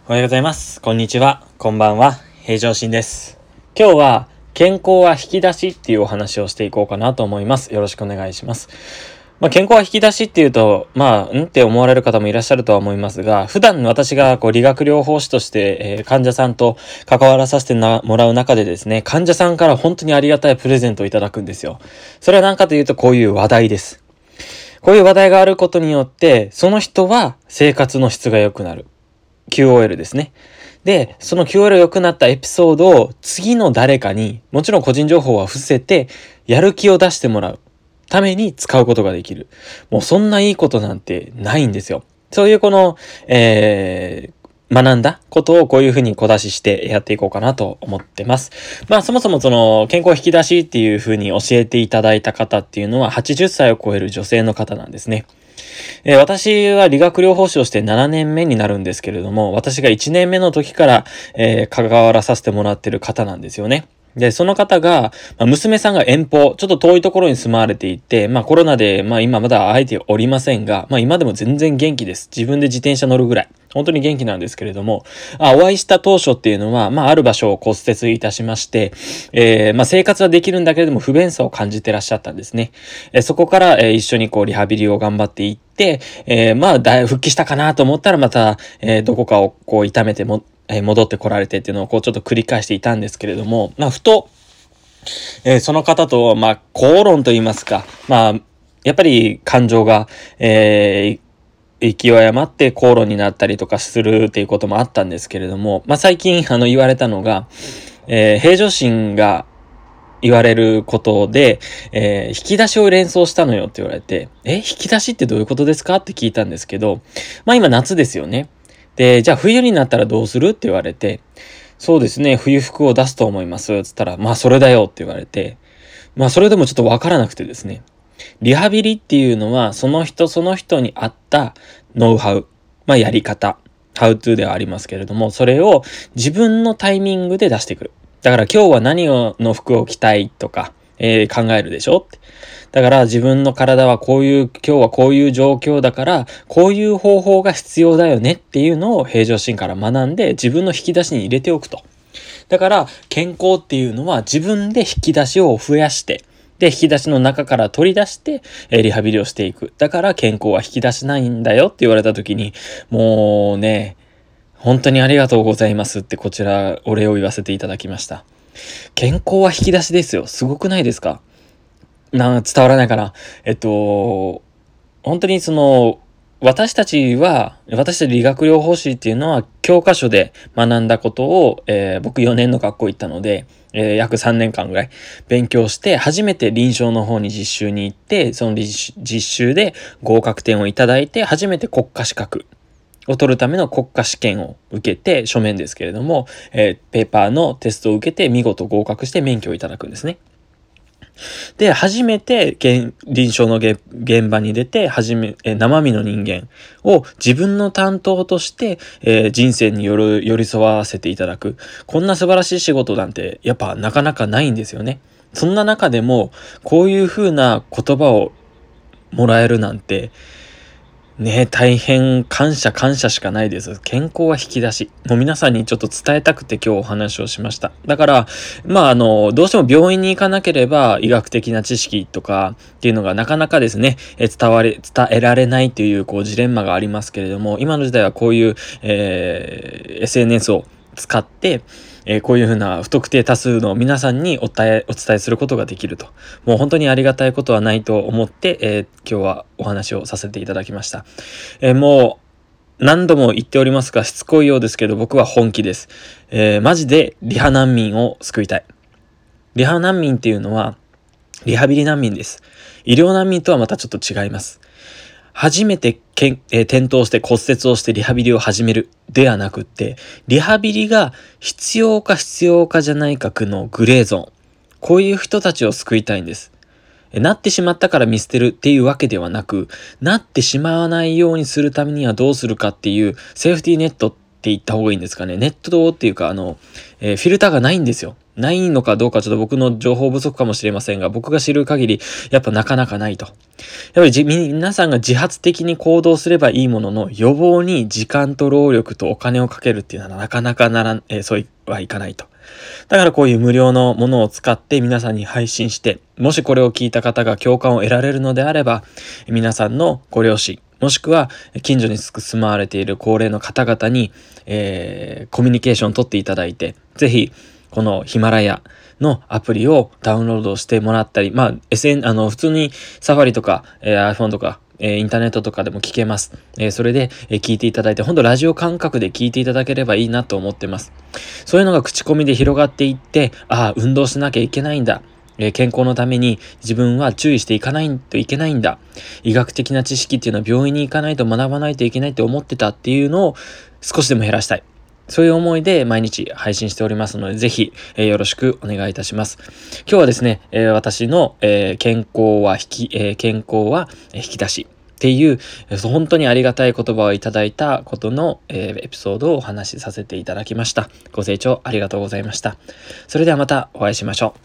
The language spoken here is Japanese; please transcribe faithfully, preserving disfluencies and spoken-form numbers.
おはようございます。こんにちは。こんばんは。平常心です。今日は健康は引き出しっていうお話をしていこうかなと思います。よろしくお願いします。まあ、健康は引き出しっていうと、まあ、んって思われる方もいらっしゃるとは思いますが、普段私がこう理学療法士として、えー患者さんと関わらさせてなもらう中でですね、患者さんから本当にありがたいプレゼントをいただくんですよ。それは何かというとこういう話題です。こういう話題があることによって、その人は生活の質が良くなる。キューオーエル ですね。で、その キューオーエル 良くなったエピソードを次の誰かに、もちろん個人情報は伏せて、やる気を出してもらうために使うことができる。もうそんないいことなんてないんですよ。そういうこの、えー、学んだことをこういうふうに小出ししてやっていこうかなと思ってます。まあそもそもその健康引き出しっていうふうに教えていただいた方っていうのははちじゅっさいを超える女性の方なんですね。えー私は理学療法士をしてななねんめになるんですけれども、私がいちねんめの時から、えー関わらさせてもらってる方なんですよね。で、その方が、まあ、娘さんが遠方、ちょっと遠いところに住まわれていて、まあコロナで、まあ今まだ会えておりませんが、まあ今でも全然元気です。自分で自転車乗るぐらい。本当に元気なんですけれども、あ、お会いした当初っていうのは、まあある場所を骨折いたしまして、えー、まあ生活はできるんだけれども不便さを感じてらっしゃったんですね。えーそこから、えー一緒にこうリハビリを頑張っていって、えー、まあだい復帰したかなと思ったらまた、えーどこかをこう痛めても、えー戻ってこられてっていうのをこうちょっと繰り返していたんですけれども、まあふと、えーその方と、まあ、口論と言いますか、まあ、やっぱり感情が、えー勢い余って口論になったりとかするっていうこともあったんですけれども、まあ、最近、あの、言われたのが、えー平常心が言われることで、えー引き出しを連想したのよって言われて、え、引き出しってどういうことですかって聞いたんですけど、まあ今夏ですよね。で、じゃあ冬になったらどうするって言われて、そうですね、冬服を出すと思います。つったら、まあそれだよって言われて、まあそれでもちょっとわからなくてですね。リハビリっていうのは、その人その人に合ったノウハウ、まあやり方、ハウトゥーではありますけれども、それを自分のタイミングで出してくる。だから今日は何をの服を着たいとか、えー考えるでしょって。だから自分の体はこういう、今日はこういう状況だから、こういう方法が必要だよねっていうのを平常心から学んで自分の引き出しに入れておくと。だから健康っていうのは自分で引き出しを増やして、で、引き出しの中から取り出して、えーリハビリをしていく。だから健康は引き出しないんだよって言われた時に、もうね、本当にありがとうございますってこちらお礼を言わせていただきました。健康は引き出しですよ。すごくないですか？な、伝わらないかな。えっと、本当にその、私たちは、私たち理学療法士っていうのは教科書で学んだことを、えー僕よねんの学校行ったので、えー約さんねんかんぐらい勉強して、初めて臨床の方に実習に行って、その実実習で合格点をいただいて、初めて国家資格を取るための国家試験を受けて、書面ですけれども、えーペーパーのテストを受けて見事合格して免許をいただくんですね。で、初めて現臨床の現現場に出て、初め、えー生身の人間を自分の担当として、えー人生による、寄り添わせていただく。こんな素晴らしい仕事なんて、やっぱなかなかないんですよね。そんな中でも、こういう風な言葉をもらえるなんて、ね、大変感謝感謝しかないです。健康は引き出し。もう皆さんにちょっと伝えたくて今日お話をしました。だから、まああの、どうしても病院に行かなければ医学的な知識とかっていうのがなかなかですね、え伝われ、伝えられないというこうジレンマがありますけれども、今の時代はこういう、えー エスエヌエス を使って、えーこういうふうな不特定多数の皆さんにお伝え、お伝えすることができると。もう本当にありがたいことはないと思って、えー今日はお話をさせていただきました。えーもう何度も言っておりますが、しつこいようですけど僕は本気です。えーマジでリハ難民を救いたい。リハ難民っていうのは、リハビリ難民です。医療難民とはまたちょっと違います。初めてけん、えー転倒して骨折をしてリハビリを始めるではなくって、リハビリが必要か必要かじゃないかのグレーゾーン。こういう人たちを救いたいんです。えなってしまったから見捨てるっていうわけではなく、なってしまわないようにするためにはどうするかっていうセーフティーネットっって言った方がいいんですかね。ネットっていうか、あの、えーフィルターがないんですよ。ないのかどうかちょっと僕の情報不足かもしれませんが、僕が知る限り、やっぱなかなかないと。やっぱりじ皆さんが自発的に行動すればいいものの、予防に時間と労力とお金をかけるっていうのはなかなかならん、えーそうはいかないと。だからこういう無料のものを使って皆さんに配信して、もしこれを聞いた方が共感を得られるのであれば、皆さんのご両親、もしくは近所に住まわれている高齢の方々に、えーコミュニケーションを取っていただいて、ぜひ、このヒマラヤのアプリをダウンロードしてもらったり、まあ、エスエヌ、あの、普通にサファリとか、えー iPhone とか、えーインターネットとかでも聞けます。えーそれで、えー聞いていただいて、ほんとラジオ感覚で聞いていただければいいなと思ってます。そういうのが口コミで広がっていって、ああ、運動しなきゃいけないんだ。えー健康のために自分は注意していかないといけないんだ。医学的な知識っていうのは病院に行かないと学ばないといけないって思ってたっていうのを少しでも減らしたい。そういう思いで毎日配信しておりますので、ぜひ、えーよろしくお願いいたします。今日はですね、えー私の、えー健康は引き、えー健康は引き出しっていう、えー本当にありがたい言葉をいただいたことの、えーエピソードをお話しさせていただきました。ご清聴ありがとうございました。それではまたお会いしましょう。